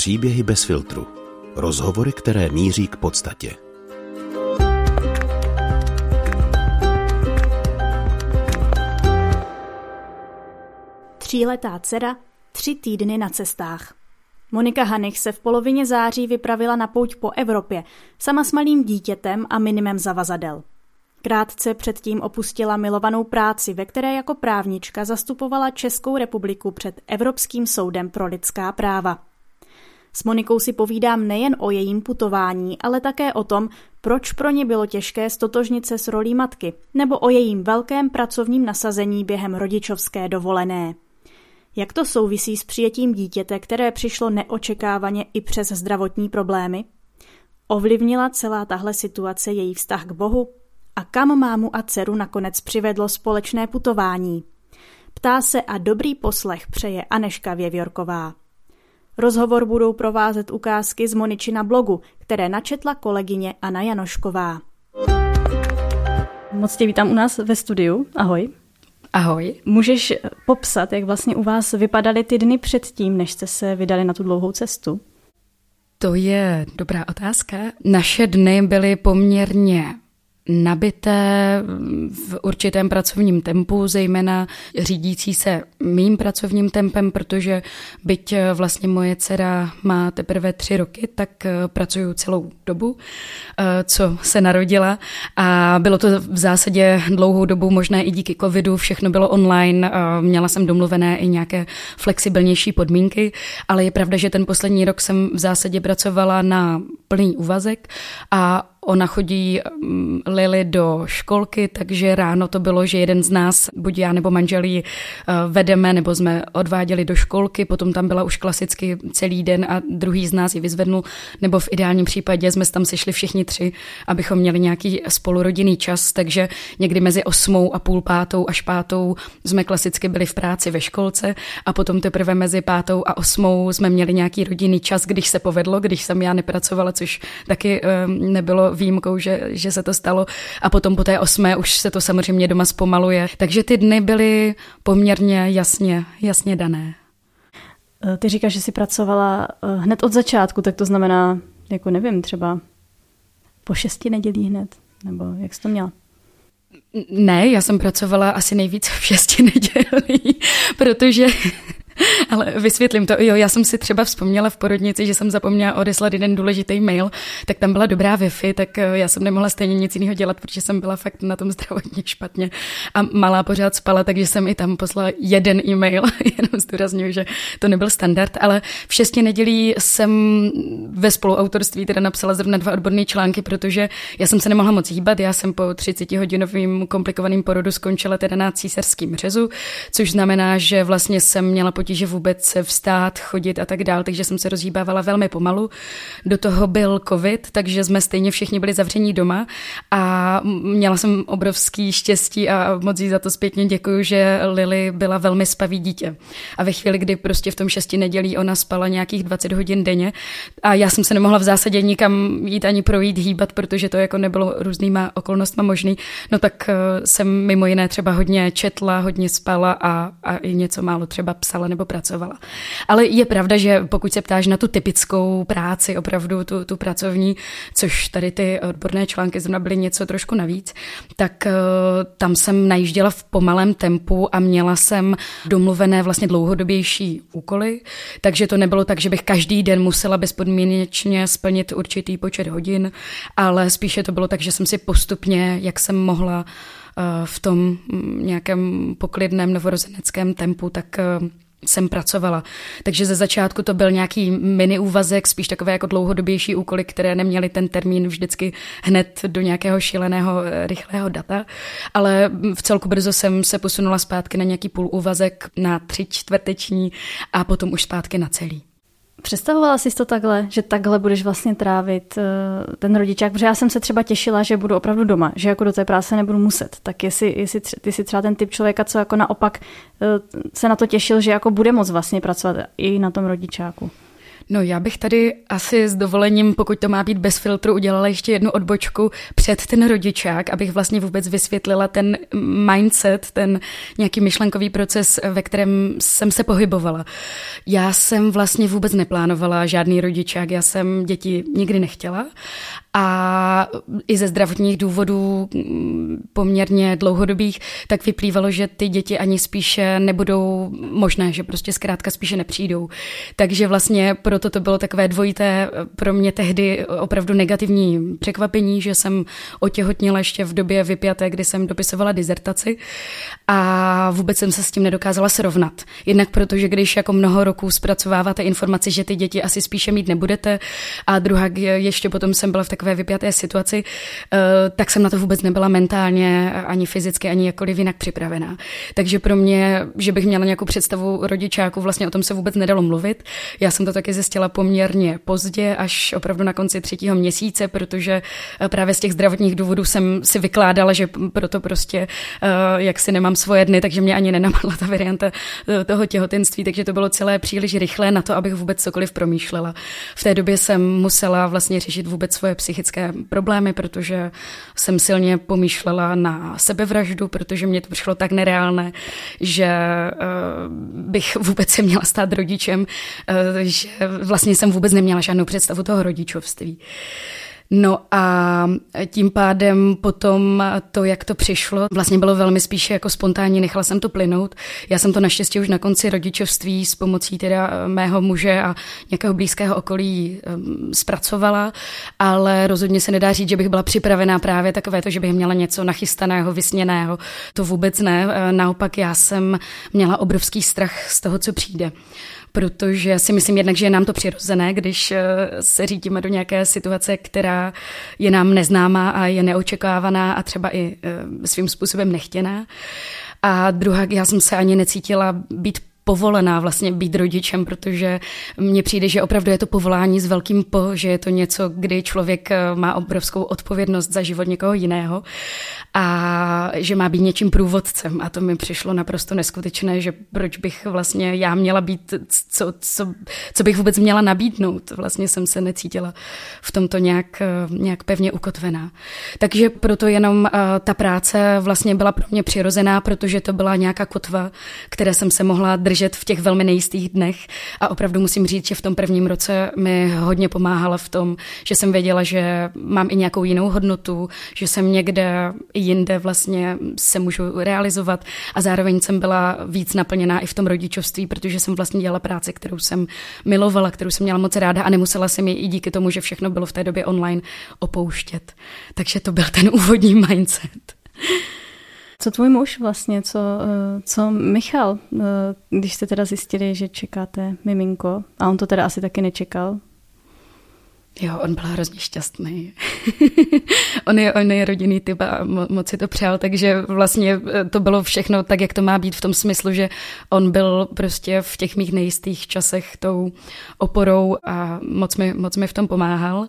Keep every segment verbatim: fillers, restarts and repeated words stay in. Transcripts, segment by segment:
Příběhy bez filtru. Rozhovory, které míří k podstatě. Tříletá dcera, tři týdny na cestách. Monika Hanich se v polovině září vypravila na pouť po Evropě, sama s malým dítětem a minimem zavazadel. Krátce předtím opustila milovanou práci, ve které jako právnička zastupovala Českou republiku před Evropským soudem pro lidská práva. S Monikou si povídám nejen o jejím putování, ale také o tom, proč pro ně bylo těžké stotožnit se s rolí matky, nebo o jejím velkém pracovním nasazení během rodičovské dovolené. Jak to souvisí s přijetím dítěte, které přišlo neočekávaně i přes zdravotní problémy? Ovlivnila celá tahle situace její vztah k Bohu? A kam mámu a dceru nakonec přivedlo společné putování? Ptá se a dobrý poslech přeje Anežka Věvjorková. Rozhovor budou provázet ukázky z Moničina blogu, které načetla kolegyně Anna Janošková. Moc tě vítám u nás ve studiu. Ahoj. Ahoj. Můžeš popsat, jak vlastně u vás vypadaly ty dny předtím, než jste se vydali na tu dlouhou cestu? To je dobrá otázka. Naše dny byly poměrně nabité v určitém pracovním tempu, zejména řídící se mým pracovním tempem, protože byť vlastně moje dcera má teprve tři roky, tak pracuju celou dobu, co se narodila, a bylo to v zásadě dlouhou dobu možné i díky covidu, všechno bylo online, měla jsem domluvené i nějaké flexibilnější podmínky, ale je pravda, že ten poslední rok jsem v zásadě pracovala na plný úvazek a ona chodí Lily do školky, takže ráno to bylo, že jeden z nás, buď já nebo manžel ji vedeme, nebo jsme odváděli do školky, potom tam byla už klasicky celý den a druhý z nás ji vyzvednul, nebo v ideálním případě jsme tam sešli všichni tři, abychom měli nějaký spolurodinný čas, takže někdy mezi osmou a půl pátou až pátou jsme klasicky byli v práci ve školce a potom teprve mezi pátou a osmou jsme měli nějaký rodinný čas, když se povedlo, když jsem já nepracovala, což taky nebylo výjimkou, že, že se to stalo, a potom po té osmé už se to samozřejmě doma zpomaluje. Takže ty dny byly poměrně jasně, jasně dané. Ty říkáš, že jsi pracovala hned od začátku, tak to znamená, jako nevím, třeba po šesti nedělí hned, nebo jak jsi to měla? Ne, já jsem pracovala asi nejvíc v šesti nedělí, protože... Ale vysvětlím to. Jo, já jsem si třeba vzpomněla v porodnici, že jsem zapomněla odeslat jeden důležitý mail, tak tam byla dobrá Wi-Fi, tak já jsem nemohla stejně nic jiného dělat, protože jsem byla fakt na tom zdravotně špatně a malá pořád spala, takže jsem i tam poslala jeden e-mail, jenom zdůrazňuji, že to nebyl standard, ale v šesti nedělí jsem ve spoluautorství teda napsala zrovna dva odborné články, protože já jsem se nemohla moc hýbat, já jsem po třicetihodinovým komplikovaným porodu skončila teda na císařském řezu, což znamená, že vlastně jsem měla potíže vůbec vstát, chodit a tak dál, takže jsem se rozhýbávala velmi pomalu. Do toho byl covid, takže jsme stejně všichni byli zavření doma a měla jsem obrovský štěstí a moc jí za to zpětně děkuju, že Lily byla velmi spavý dítě. A ve chvíli, kdy prostě v tom šesti nedělí ona spala nějakých dvacet hodin denně a já jsem se nemohla v zásadě nikam jít ani projít, hýbat, protože to jako nebylo různýma okolnostma možný, no tak jsem mimo jiné třeba hodně četla, hodně spala a, a i něco málo třeba psala nebo pracovala. Ale je pravda, že pokud se ptáš na tu typickou práci, opravdu tu, tu pracovní, což tady ty odborné články zrovna byly něco trošku navíc, tak uh, tam jsem najížděla v pomalém tempu a měla jsem domluvené vlastně dlouhodobější úkoly, takže to nebylo tak, že bych každý den musela bezpodmínečně splnit určitý počet hodin, ale spíše to bylo tak, že jsem si postupně, jak jsem mohla uh, v tom nějakém poklidném novorozeneckém tempu, tak uh, jsem pracovala. Takže ze začátku to byl nějaký mini úvazek, spíš takové jako dlouhodobější úkoly, které neměly ten termín vždycky hned do nějakého šíleného rychlého data, ale v celku brzo jsem se posunula zpátky na nějaký půl úvazek, na tři čtvrteční a potom už zpátky na celý. Představovala jsi to takhle, že takhle budeš vlastně trávit ten rodičák, protože já jsem se třeba těšila, že budu opravdu doma, že jako do té práce nebudu muset. Tak jestli, jestli ty jsi třeba ten typ člověka, co jako naopak se na to těšil, že jako bude moc vlastně pracovat i na tom rodičáku. No já bych tady asi s dovolením, pokud to má být bez filtru, udělala ještě jednu odbočku před ten rodičák, abych vlastně vůbec vysvětlila ten mindset, ten nějaký myšlenkový proces, ve kterém jsem se pohybovala. Já jsem vlastně vůbec neplánovala žádný rodičák, já jsem děti nikdy nechtěla a i ze zdravotních důvodů poměrně dlouhodobých, tak vyplývalo, že ty děti ani spíše nebudou možné, že prostě zkrátka spíše nepřijdou. Takže vlastně proto to bylo takové dvojité pro mě tehdy opravdu negativní překvapení, že jsem otěhotněla ještě v době vypjaté, kdy jsem dopisovala dizertaci a vůbec jsem se s tím nedokázala srovnat. Jednak protože když jako mnoho roků zpracováváte informaci, že ty děti asi spíše mít nebudete a druhá ještě potom jsem byla v takové vypjaté situaci, tak jsem na to vůbec nebyla mentálně, ani fyzicky, ani jakkoliv jinak připravená. Takže pro mě, že bych měla nějakou představu rodičáku, vlastně o tom se vůbec nedalo mluvit. Já jsem to taky zjistila poměrně pozdě, až opravdu na konci třetího měsíce, protože právě z těch zdravotních důvodů jsem si vykládala, že proto prostě jak si nemám svoje dny, takže mě ani nenapadla ta varianta toho těhotenství, takže to bylo celé příliš rychlé na to, abych vůbec cokoliv promýšlela. V té době jsem musela vlastně řešit vůbec svoje psychické problémy, protože jsem silně pomýšlela na sebevraždu, protože mě to přišlo tak nereálné, že bych vůbec se měla stát rodičem, že vlastně jsem vůbec neměla žádnou představu toho rodičovství. No a tím pádem potom to, jak to přišlo, vlastně bylo velmi spíše jako spontánní, nechala jsem to plynout. Já jsem to naštěstí už na konci rodičovství s pomocí teda mého muže a nějakého blízkého okolí um, zpracovala, ale rozhodně se nedá říct, že bych byla připravená právě takové to, že bych měla něco nachystaného, vysněného. To vůbec ne, naopak já jsem měla obrovský strach z toho, co přijde. Protože si myslím jednak, že je nám to přirozené, když se řídíme do nějaké situace, která je nám neznámá a je neočekávaná a třeba i svým způsobem nechtěná. A druhá, já jsem se ani necítila být povolená vlastně být rodičem, protože mně přijde, že opravdu je to povolání s velkým po, že je to něco, kdy člověk má obrovskou odpovědnost za život někoho jiného a že má být něčím průvodcem a to mi přišlo naprosto neskutečné, že proč bych vlastně já měla být, co, co, co bych vůbec měla nabídnout. Vlastně jsem se necítila v tomto nějak, nějak pevně ukotvená. Takže proto jenom uh, ta práce vlastně byla pro mě přirozená, protože to byla nějaká kotva, které jsem se mohla držet v těch velmi nejistých dnech a opravdu musím říct, že v tom prvním roce mi hodně pomáhala v tom, že jsem věděla, že mám i nějakou jinou hodnotu, že jsem někde i jinde vlastně se můžu realizovat a zároveň jsem byla víc naplněná i v tom rodičovství, protože jsem vlastně dělala práci, kterou jsem milovala, kterou jsem měla moc ráda a nemusela jsem ji i díky tomu, že všechno bylo v té době online, opouštět. Takže to byl ten úvodní mindset. Co tvůj muž vlastně, co, co Michal, když jste teda zjistili, že čekáte miminko, a on to teda asi taky nečekal? Jo, on byl hrozně šťastný. on, je, on je rodinný typ a mo, moc si to přál, takže vlastně to bylo všechno tak, jak to má být v tom smyslu, že on byl prostě v těch mých nejistých časech tou oporou a moc mi, moc mi v tom pomáhal.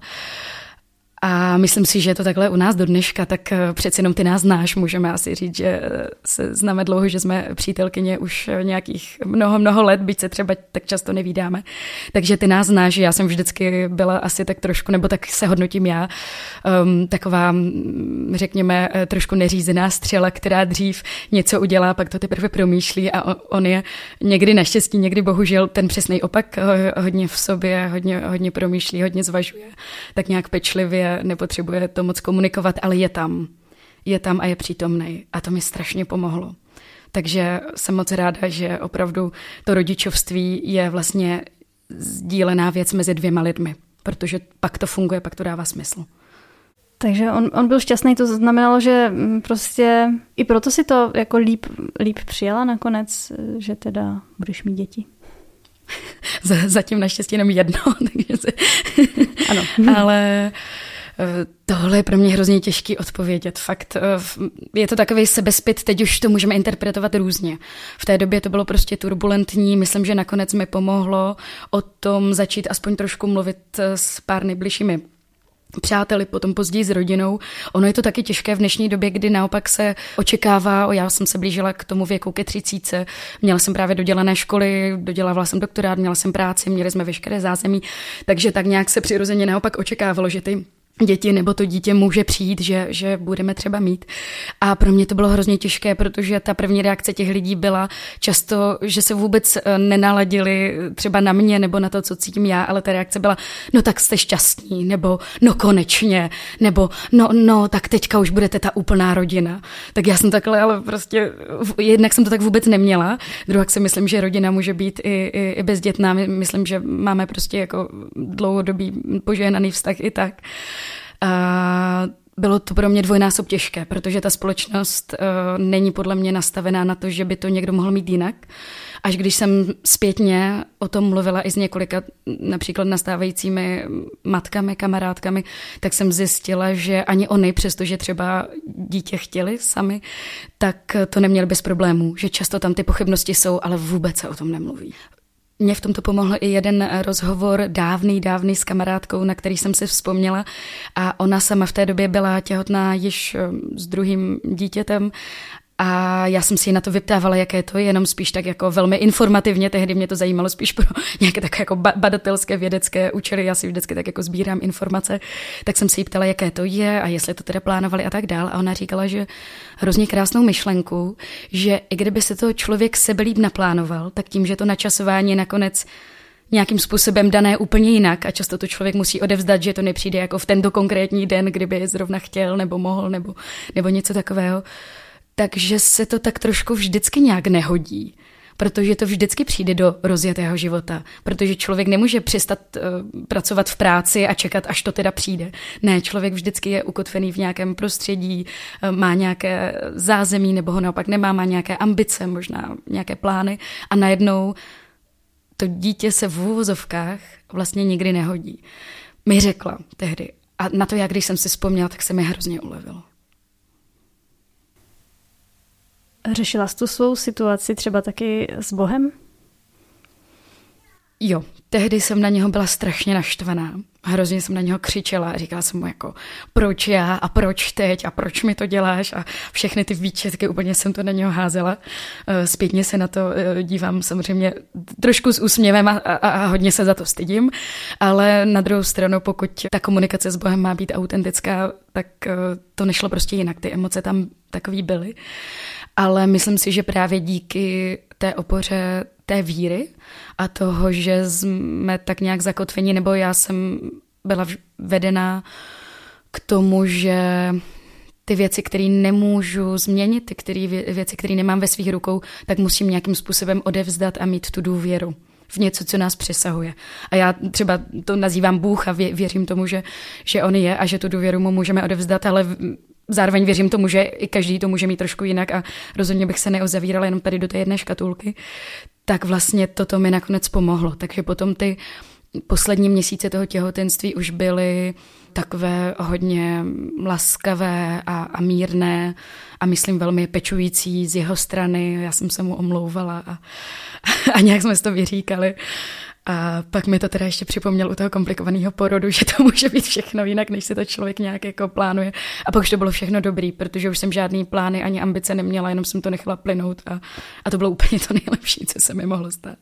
A myslím si, že je to takhle u nás do dneška, tak přeci jenom ty nás znáš, můžeme asi říct, že se známe dlouho, že jsme přítelkyně už nějakých mnoho, mnoho let, byť se třeba tak často nevídáme. Takže ty nás znáš, že já jsem vždycky byla asi tak trošku, nebo tak se hodnotím já, um, taková, řekněme, trošku neřízená střela, která dřív něco udělá, pak to teprve promýšlí a on je někdy naštěstí, někdy bohužel ten přesný opak, hodně v sobě, hodně, hodně promýšlí, hodně zvažuje, tak nějak pečlivě, nepotřebuje to moc komunikovat, ale je tam. Je tam a je přítomnej. A to mi strašně pomohlo. Takže jsem moc ráda, že opravdu to rodičovství je vlastně sdílená věc mezi dvěma lidmi, protože pak to funguje, pak to dává smysl. Takže on, on byl šťastný, to znamenalo, že prostě i proto si to jako líp, líp přijala nakonec, že teda budeš mít děti. Zatím naštěstí jenom jedno, takže se... Ano. Ale tohle je pro mě hrozně těžký odpovědět. Fakt, je to takový sebezpyt, teď už to můžeme interpretovat různě. V té době to bylo prostě turbulentní, myslím, že nakonec mi pomohlo o tom začít aspoň trošku mluvit s pár nejbližšími přáteli, potom později s rodinou. Ono je to taky těžké v dnešní době, kdy naopak se očekává, já jsem se blížila k tomu věku ke třicítce, měla jsem právě dodělané školy, dodělávala jsem doktorát, měla jsem práci, měli jsme veškeré zázemí, takže tak nějak se přirozeně naopak očekávalo, že ty děti nebo to dítě může přijít, že, že budeme třeba mít. A pro mě to bylo hrozně těžké, protože ta první reakce těch lidí byla často, že se vůbec nenaladili třeba na mě nebo na to, co cítím já, ale ta reakce byla, no tak jste šťastní, nebo no konečně, nebo no, no tak teďka už budete ta úplná rodina. Tak já jsem takhle, ale prostě jednak jsem to tak vůbec neměla. Druhak si myslím, že rodina může být i, i, i bezdětná. Myslím, že máme prostě jako dlouhodobý požehnaný vztah i tak. A bylo to pro mě dvojnásob těžké, protože ta společnost uh, není podle mě nastavená na to, že by to někdo mohl mít jinak. Až když jsem zpětně o tom mluvila i s několika například nastávajícími matkami, kamarádkami, tak jsem zjistila, že ani oni, přestože třeba dítě chtěli sami, tak to neměli bez problémů, že často tam ty pochybnosti jsou, ale vůbec se o tom nemluví. Mně v tomto pomohl i jeden rozhovor dávný, dávný s kamarádkou, na který jsem si vzpomněla a ona sama v té době byla těhotná již s druhým dítětem a já jsem si ji na to vyptávala, jaké to je, jenom spíš tak jako velmi informativně, tehdy mě to zajímalo spíš pro nějaké takové jako badatelské vědecké účely, já si vždycky tak jako sbírám informace, tak jsem si ji ptala, jaké to je a jestli to teda plánovali a tak dál a ona říkala, že hrozně krásnou myšlenku, že i kdyby se to člověk sebelíp naplánoval, tak tím, že to načasování je nakonec nějakým způsobem dané úplně jinak a často to člověk musí odevzdat, že to nepřijde jako v tento konkrétní den, kdyby zrovna chtěl nebo mohl nebo, nebo něco takového. Takže se to tak trošku vždycky nějak nehodí, protože to vždycky přijde do rozjetého života, protože člověk nemůže přestat uh, pracovat v práci a čekat, až to teda přijde. Ne, člověk vždycky je ukotvený v nějakém prostředí, uh, má nějaké zázemí nebo ho naopak nemá, má nějaké ambice, možná nějaké plány a najednou to dítě se v úvozovkách vlastně nikdy nehodí. Mi řekla tehdy a na to já, když jsem si vzpomněla, tak se mi hrozně ulevilo. Řešila jsi tu svou situaci třeba taky s Bohem? Jo, tehdy jsem na něho byla strašně naštvaná. Hrozně jsem na něho křičela a říkala jsem mu jako, proč já a proč teď a proč mi to děláš a všechny ty výčetky, úplně jsem to na něho házela. Zpětně se na to dívám samozřejmě trošku s úsměvem a, a, a hodně se za to stydím, ale na druhou stranu, pokud ta komunikace s Bohem má být autentická, tak to nešlo prostě jinak. Ty emoce tam takový byly. Ale myslím si, že právě díky té opoře té víry a toho, že jsme tak nějak zakotveni, nebo já jsem byla vedená k tomu, že ty věci, které nemůžu změnit, ty který, věci, které nemám ve svých rukou, tak musím nějakým způsobem odevzdat a mít tu důvěru v něco, co nás přesahuje. A já třeba to nazývám Bůh a vě, věřím tomu, že, že on je a že tu důvěru mu můžeme odevzdat, ale zároveň věřím tomu, že i každý to může mít trošku jinak a rozhodně bych se neozavírala jenom tady do té jedné škatulky. Tak vlastně toto mi nakonec pomohlo. Takže potom ty poslední měsíce toho těhotenství už byly takové hodně laskavé a, a mírné a myslím velmi pečující z jeho strany. Já jsem se mu omlouvala a, a nějak jsme si to vyříkali. A pak mi to teda ještě připomněl u toho komplikovaného porodu, že to může být všechno jinak, než si to člověk nějak jako plánuje. A pak už to bylo všechno dobrý, protože už jsem žádný plány ani ambice neměla, jenom jsem to nechala plynout a, a to bylo úplně to nejlepší, co se mi mohlo stát.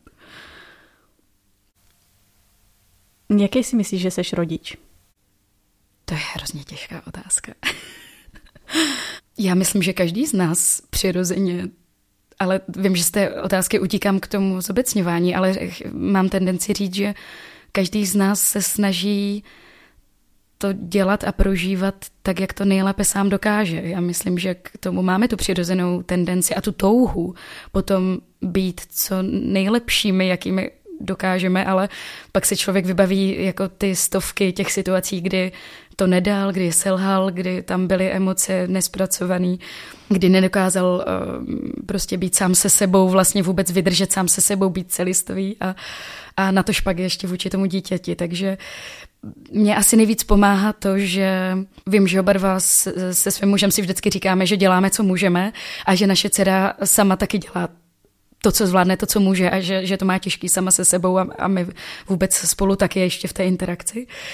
Jaký si myslíš, že seš rodič? To je hrozně těžká otázka. Já myslím, že každý z nás přirozeně, ale vím, že z té otázky utíkám k tomu zobecňování, ale mám tendenci říct, že každý z nás se snaží to dělat a prožívat tak, jak to nejlépe sám dokáže. Já myslím, že k tomu máme tu přirozenou tendenci a tu touhu potom být co nejlepšími, jakými dokážeme, ale pak se člověk vybaví jako ty stovky těch situací, kdy to nedal, kdy selhal, kdy tam byly emoce nespracované, kdy nedokázal uh, prostě být sám se sebou, vlastně vůbec vydržet sám se sebou, být celistvý a, a na to špak ještě vůči tomu dítěti. Takže mě asi nejvíc pomáhá to, že vím, že oba dva se, se svým mužem si vždycky říkáme, že děláme, co můžeme a že naše dcera sama taky dělá to, co zvládne, to, co může a že, že to má těžký sama se sebou a, a my vůbec spolu taky ještě v té interakci.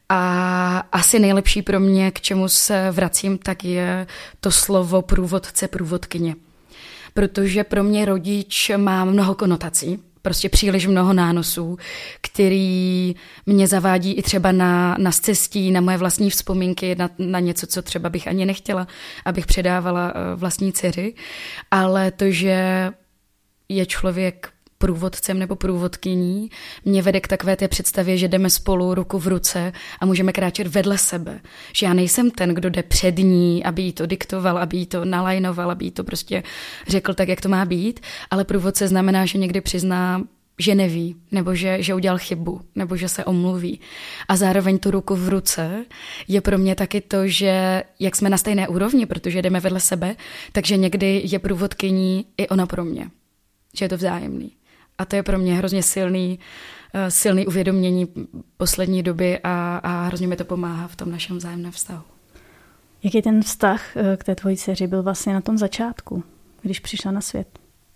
A asi nejlepší pro mě, k čemu se vracím, tak je to slovo průvodce, průvodkyně. Protože pro mě rodič má mnoho konotací, prostě příliš mnoho nánosů, který mě zavádí i třeba na, na scestí, na moje vlastní vzpomínky, na, na něco, co třeba bych ani nechtěla, abych předávala vlastní dceři, ale to, že je člověk průvodcem nebo průvodkyní, mě vede k takové té představě, že jdeme spolu ruku v ruce a můžeme kráčet vedle sebe. Že já nejsem ten, kdo jde před ní, aby jí to diktoval, aby jí to nalajnoval, aby jí to prostě řekl tak, jak to má být, ale průvodce znamená, že někdy přizná, že neví, nebo že, že udělal chybu, nebo že se omluví. A zároveň tu ruku v ruce je pro mě taky to, že jak jsme na stejné úrovni, protože jdeme vedle sebe, takže někdy je průvodkyní i ona pro mě. Že je to vzájemný. A to je pro mě hrozně silný, silný uvědomění poslední doby a, a hrozně mi to pomáhá v tom našem vzájemném vztahu. Jaký ten vztah k té tvojí dceři byl vlastně na tom začátku, když přišla na svět?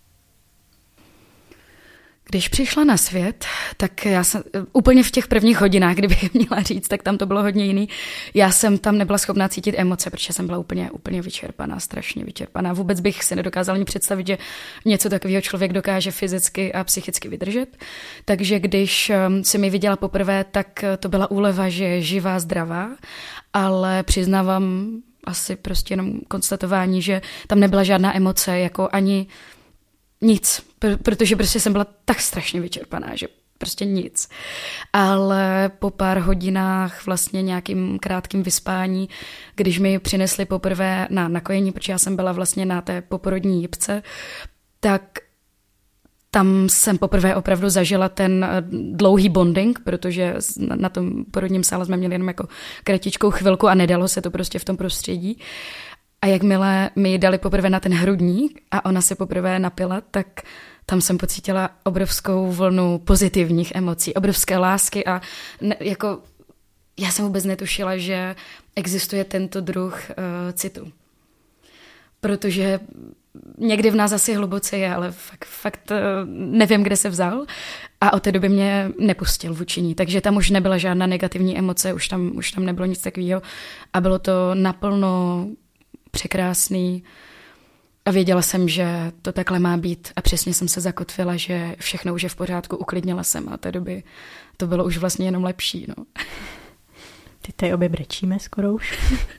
Když přišla na svět, tak já jsem úplně v těch prvních hodinách, kdybych měla říct, tak tam to bylo hodně jiný. Já jsem tam nebyla schopná cítit emoce, protože jsem byla úplně, úplně vyčerpaná, strašně vyčerpaná. Vůbec bych si nedokázala ani představit, že něco takového člověk dokáže fyzicky a psychicky vydržet. Takže když si mi viděla poprvé, tak to byla úleva, že je živá, zdravá, ale přiznávám asi prostě jenom konstatování, že tam nebyla žádná emoce, jako ani nic, protože prostě jsem byla tak strašně vyčerpaná, že prostě nic. Ale po pár hodinách vlastně nějakým krátkým vyspání, když mi přinesli poprvé na nakojení, protože já jsem byla vlastně na té poporodní jipce, tak tam jsem poprvé opravdu zažila ten dlouhý bonding, protože na tom porodním sále jsme měli jenom jako kratičkou chvilku a nedalo se to prostě v tom prostředí. A jakmile mi ji dali poprvé na ten hrudník a ona se poprvé napila, tak tam jsem pocítila obrovskou vlnu pozitivních emocí, obrovské lásky a ne, jako já jsem vůbec netušila, že existuje tento druh uh, citu. Protože někdy v nás asi hluboce je, ale fakt, fakt uh, nevím, kde se vzal a od té doby mě nepustil vůči ní. Takže tam už nebyla žádná negativní emoce, už tam, už tam nebylo nic takového a bylo to naplno překrásný a věděla jsem, že to takhle má být a přesně jsem se zakotvila, že všechno už je v pořádku, uklidnila jsem a od té doby to bylo už vlastně jenom lepší. No. Ty tady obě brečíme skoro už.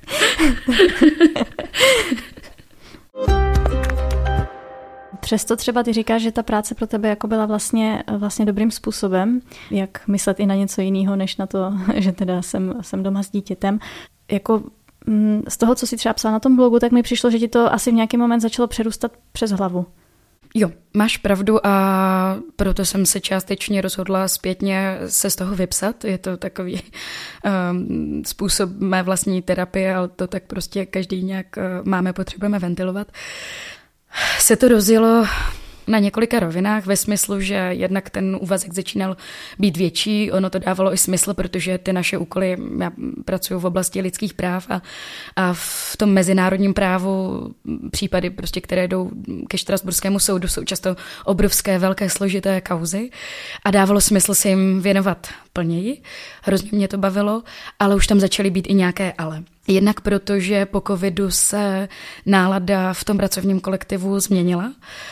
Přesto třeba ty říkáš, že ta práce pro tebe jako byla vlastně, vlastně dobrým způsobem, jak myslet i na něco jiného, než na to, že teda jsem, jsem doma s dítětem. Jako z toho, co jsi třeba psala na tom blogu, tak mi přišlo, že ti to asi v nějaký moment začalo přerůstat přes hlavu. Jo, máš pravdu a proto jsem se částečně rozhodla zpětně se z toho vypsat. Je to takový um, způsob mé vlastní terapie, ale to tak prostě každý nějak uh, máme, potřebujeme ventilovat. Se to rozjelo na několika rovinách ve smyslu, že jednak ten úvazek začínal být větší, ono to dávalo i smysl, protože ty naše úkoly, já pracuji v oblasti lidských práv a, a v tom mezinárodním právu případy, prostě, které jdou ke Štrasburskému soudu, jsou často obrovské, velké, složité kauzy a dávalo smysl se jim věnovat plněji. Hrozně mě to bavilo, ale už tam začaly být i nějaké ale. Jednak proto, že po covidu se nálada v tom pracovním kolektivu změnila.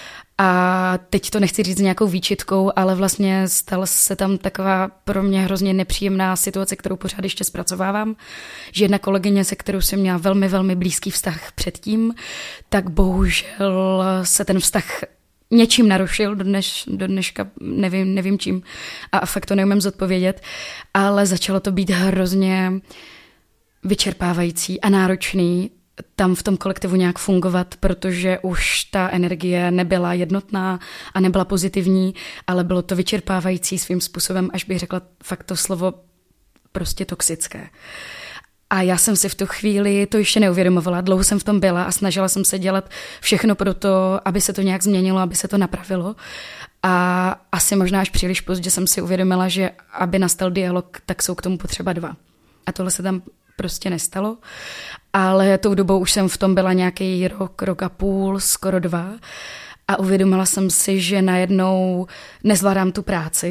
A teď to nechci říct nějakou výčitkou, ale vlastně stala se tam taková pro mě hrozně nepříjemná situace, kterou pořád ještě zpracovávám, že jedna kolegyně, se kterou jsem měla velmi, velmi blízký vztah předtím, tak bohužel se ten vztah něčím narušil, do, dneš, do dneška nevím, nevím čím a fakt to neumím zodpovědět, ale začalo to být hrozně vyčerpávající a náročný tam v tom kolektivu nějak fungovat, protože už ta energie nebyla jednotná a nebyla pozitivní, ale bylo to vyčerpávající svým způsobem, až bych řekla fakt to slovo prostě toxické. A já jsem si v tu chvíli to ještě neuvědomovala, dlouho jsem v tom byla a snažila jsem se dělat všechno pro to, aby se to nějak změnilo, aby se to napravilo. A asi možná až příliš pozdě jsem si uvědomila, že aby nastal dialog, tak jsou k tomu potřeba dva. A tohle se tam prostě nestalo. Ale tou dobou už jsem v tom byla nějaký rok, rok a půl, skoro dva. A uvědomila jsem si, že najednou nezvládám tu práci,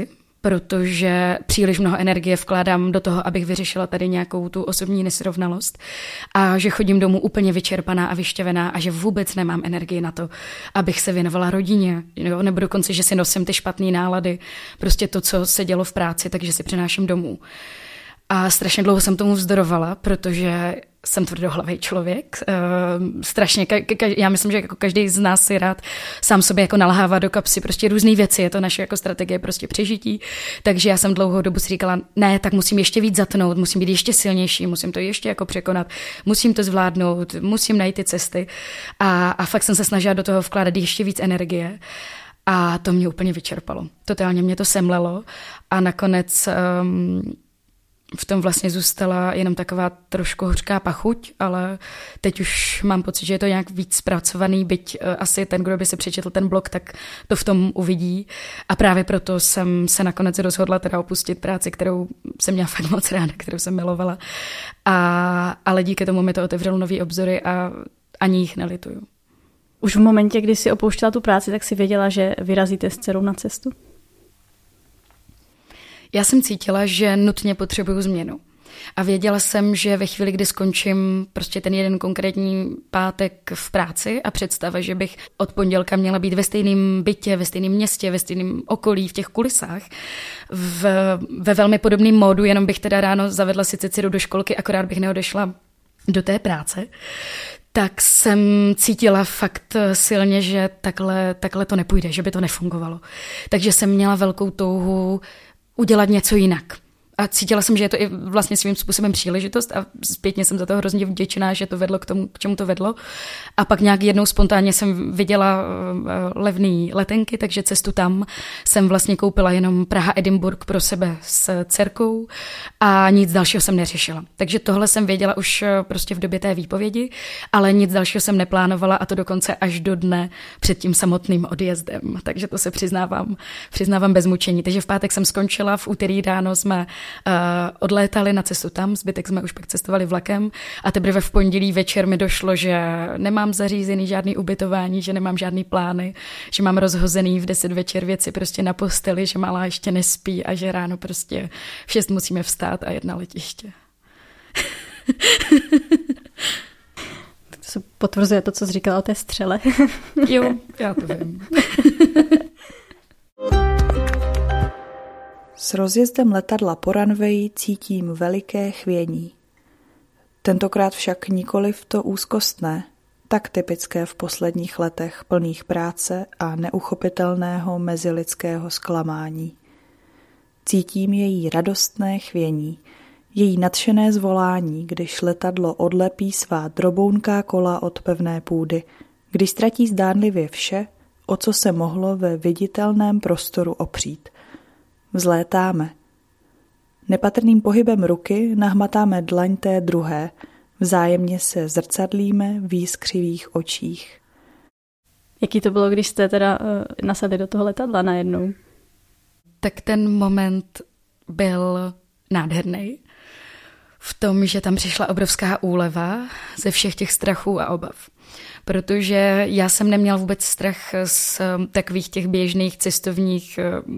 protože příliš mnoho energie vkládám do toho, abych vyřešila tady nějakou tu osobní nesrovnalost a že chodím domů úplně vyčerpaná a vyšťavená a že vůbec nemám energii na to, abych se věnovala rodině, jo? Nebo dokonce, že si nosím ty špatné nálady, prostě to, co se dělo v práci, takže si přináším domů. A strašně dlouho jsem tomu vzdorovala, protože jsem tvrdohlavý člověk. Uh, strašně, ka- ka- já myslím, že jako každý z nás si rád sám sobě jako nalhává do kapsy prostě různé věci, je to naše jako strategie prostě přežití. Takže já jsem dlouhou dobu si říkala, ne, tak musím ještě víc zatnout, musím být ještě silnější, musím to ještě jako překonat, musím to zvládnout, musím najít ty cesty. A, a fakt jsem se snažila do toho vkládat ještě víc energie. A to mě úplně vyčerpalo. Totálně mě to semlelo a nakonec um, v tom vlastně zůstala jenom taková trošku hořká pachuť, ale teď už mám pocit, že je to nějak víc zpracovaný, byť asi ten, kdo by si přečetl ten blog, tak to v tom uvidí. A právě proto jsem se nakonec rozhodla teda opustit práci, kterou jsem měla fakt moc ráda, kterou jsem milovala. A, ale díky tomu mi to otevřelo nový obzory a ani jich nelituju. Už v momentě, kdy jsi opouštěla tu práci, tak si věděla, že vyrazíte s dcerou na cestu? Já jsem cítila, že nutně potřebuju změnu. A věděla jsem, že ve chvíli, kdy skončím prostě ten jeden konkrétní pátek v práci a představa, že bych od pondělka měla být ve stejném bytě, ve stejném městě, ve stejném okolí, v těch kulisách, v, ve velmi podobném módu, jenom bych teda ráno zavedla sice dceru do školky, akorát bych neodešla do té práce, tak jsem cítila fakt silně, že takhle, takhle to nepůjde, že by to nefungovalo. Takže jsem měla velkou touhu udělat něco jinak. A cítila jsem, že je to i vlastně svým způsobem příležitost a zpětně jsem za to hrozně vděčná, že to vedlo k tomu, k čemu to vedlo. A pak nějak jednou spontánně jsem viděla levný letenky, takže cestu tam jsem vlastně koupila jenom Praha-Edinburgh pro sebe s dcerkou a nic dalšího jsem neřešila. Takže tohle jsem věděla už prostě v době té výpovědi, ale nic dalšího jsem neplánovala a to dokonce až do dne před tím samotným odjezdem. Takže to se přiznávám, přiznávám bez mučení. Takže v pátek jsem skončila, v úterý ráno jsme Uh, odlétali na cestu tam, zbytek jsme už pak cestovali vlakem a teprve v pondělí večer mi došlo, že nemám zařízený žádný ubytování, že nemám žádný plány, že mám rozhozený v deset večer věci prostě na posteli, že malá ještě nespí a že ráno prostě v šest musíme vstát a jet na letiště. To se potvrzuje to, co jsi říkala o té střele. Jo, já to vím. S rozjezdem letadla po runwayi cítím veliké chvění. Tentokrát však nikoliv to úzkostné, tak typické v posledních letech plných práce a neuchopitelného mezilidského zklamání. Cítím její radostné chvění, její nadšené zvolání, když letadlo odlepí svá drobounká kola od pevné půdy, když ztratí zdánlivě vše, o co se mohlo ve viditelném prostoru opřít. Vzlétáme. Nepatrným pohybem ruky nahmatáme dlaň té druhé, vzájemně se zrcadlíme v jiskřivých očích. Jaký to bylo, když jste teda uh, nasadli do toho letadla najednou? Tak ten moment byl nádherný. V tom, že tam přišla obrovská úleva ze všech těch strachů a obav. Protože já jsem neměla vůbec strach z takových těch běžných cestovních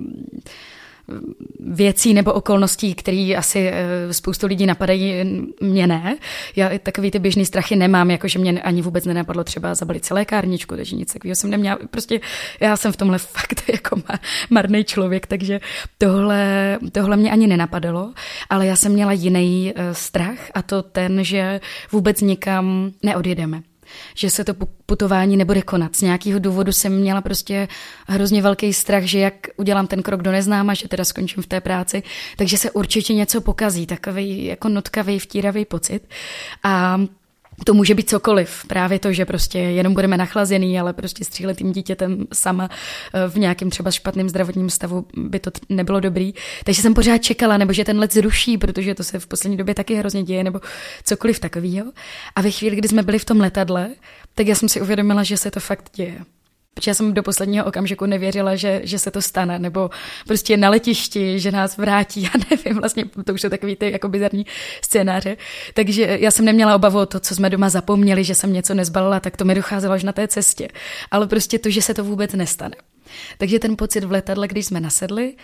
věcí nebo okolností, které asi spoustu lidí napadají, mě ne. Já takový ty běžný strachy nemám, jakože mě ani vůbec nenapadlo třeba zabalit si lékárničku, takže nic takového jsem neměla. Prostě já jsem v tomhle fakt jako marný člověk, takže tohle, tohle mě ani nenapadalo, ale já jsem měla jiný strach a to ten, že vůbec nikam neodjedeme. Že se to putování nebude konat. Z nějakého důvodu jsem měla prostě hrozně velký strach, že jak udělám ten krok do neznáma, že teda skončím v té práci, takže se určitě něco pokazí, takový jako nutkavý, vtíravý pocit. A to může být cokoliv. Právě to, že prostě jenom budeme nachlazený, ale prostě s tříletým dítětem sama v nějakém třeba špatném zdravotním stavu by to nebylo dobrý. Takže jsem pořád čekala, nebo že ten let zruší, protože to se v poslední době taky hrozně děje, nebo cokoliv takového. A ve chvíli, kdy jsme byli v tom letadle, tak já jsem si uvědomila, že se to fakt děje. Protože já jsem do posledního okamžiku nevěřila, že, že se to stane, nebo prostě na letišti, že nás vrátí, já nevím, vlastně to už jsou takový ty jako bizarní scénáře. Takže já jsem neměla obavu o to, co jsme doma zapomněli, že jsem něco nezbalila, tak to mi docházelo až na té cestě. Ale prostě to, že se to vůbec nestane. Takže ten pocit v letadle, když jsme nasedli,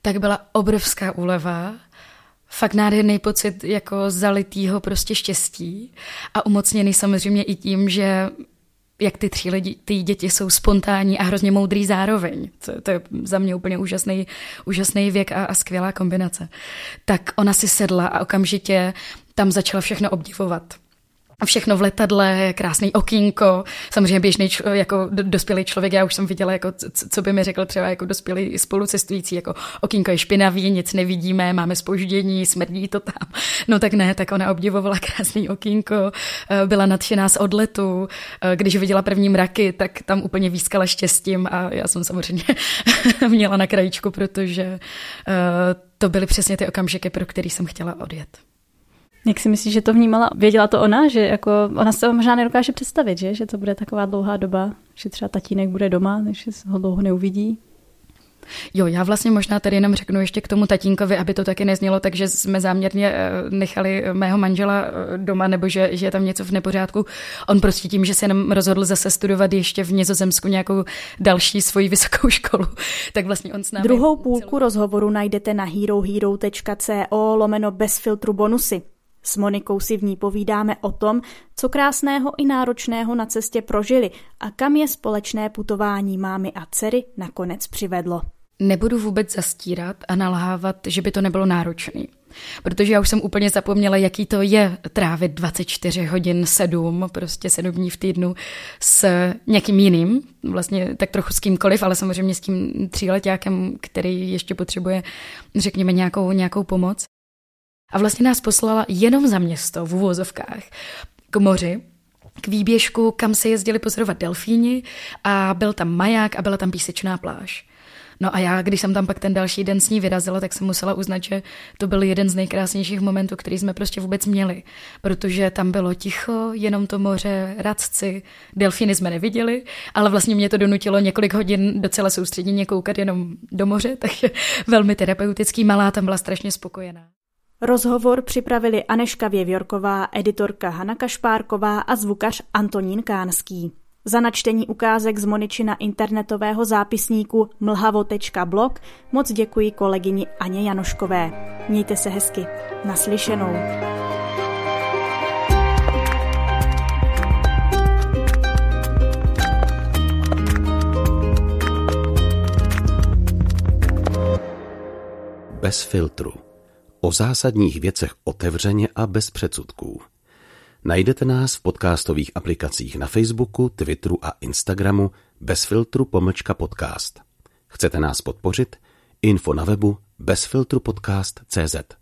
tak byla obrovská úleva, fakt nádherný pocit jako zalitýho prostě štěstí a umocněný samozřejmě i tím, že jak ty tři lidi, ty děti jsou spontánní a hrozně moudrý zároveň. To, to je za mě úplně úžasný, úžasný věk a, a skvělá kombinace. Tak ona si sedla a okamžitě tam začala všechno obdivovat. Všechno v letadle, krásný okýnko, samozřejmě běžný č- jako dospělý člověk, já už jsem viděla, jako, c- co by mi řekl třeba jako dospělý spolucestující, jako okýnko je špinavý, nic nevidíme, máme zpoždění, smrdí to tam. No tak ne, tak ona obdivovala krásný okýnko, byla nadšená z odletu, když viděla první mraky, tak tam úplně výskala štěstím a já jsem samozřejmě měla na krajíčku, protože to byly přesně ty okamžiky, pro který jsem chtěla odjet. Jak si myslíš, že to vnímala? Věděla to ona, že jako ona se možná nedokáže představit, že? Že to bude taková dlouhá doba, že třeba tatínek bude doma, než ho dlouho neuvidí? Jo, já vlastně možná tady jenom řeknu ještě k tomu tatínkovi, aby to taky neznělo, takže jsme záměrně nechali mého manžela doma, nebo že, že je tam něco v nepořádku. On prostě tím, že se jenom rozhodl zase studovat ještě v Nizozemsku nějakou další svoji vysokou školu, tak vlastně on s námi... Druhou půlku celou... rozhovoru najdete na herohero tečka co lomeno bez filtru bonusy. S Monikou si v ní povídáme o tom, co krásného i náročného na cestě prožili a kam je společné putování mámy a dcery nakonec přivedlo. Nebudu vůbec zastírat a nalhávat, že by to nebylo náročné. Protože já už jsem úplně zapomněla, jaký to je trávit dvacet čtyři hodin sedm, prostě sedm dní v týdnu s někým jiným, vlastně tak trochu s kýmkoliv, ale samozřejmě s tím tříletákem, který ještě potřebuje, řekněme, nějakou, nějakou pomoc. A vlastně nás poslala jenom za město v uvozovkách k moři, k výběžku, kam se jezdili pozorovat delfíni a byl tam maják a byla tam písečná pláž. No a já, když jsem tam pak ten další den s ní vyrazila, tak jsem musela uznat, že to byl jeden z nejkrásnějších momentů, který jsme prostě vůbec měli. Protože tam bylo ticho, jenom to moře, radci, delfíny jsme neviděli, ale vlastně mě to donutilo několik hodin docela soustředěně koukat jenom do moře, takže velmi terapeutický, malá tam byla strašně spokojená. Rozhovor připravili Anežka Věvjorková, editorka Hana Kašpárková a zvukař Antonín Kánský. Za načtení ukázek z Moničina internetového zápisníku mlhavo tečka blog moc děkuji kolegyni Aně Janoškové. Mějte se hezky. Naslyšenou. Bez filtru. O zásadních věcech otevřeně a bez předsudků. Najdete nás v podcastových aplikacích na Facebooku, Twitteru a Instagramu bez filtru pomlčka podcast. Chcete nás podpořit? Info na webu bezfiltrupodcast tečka cé zet.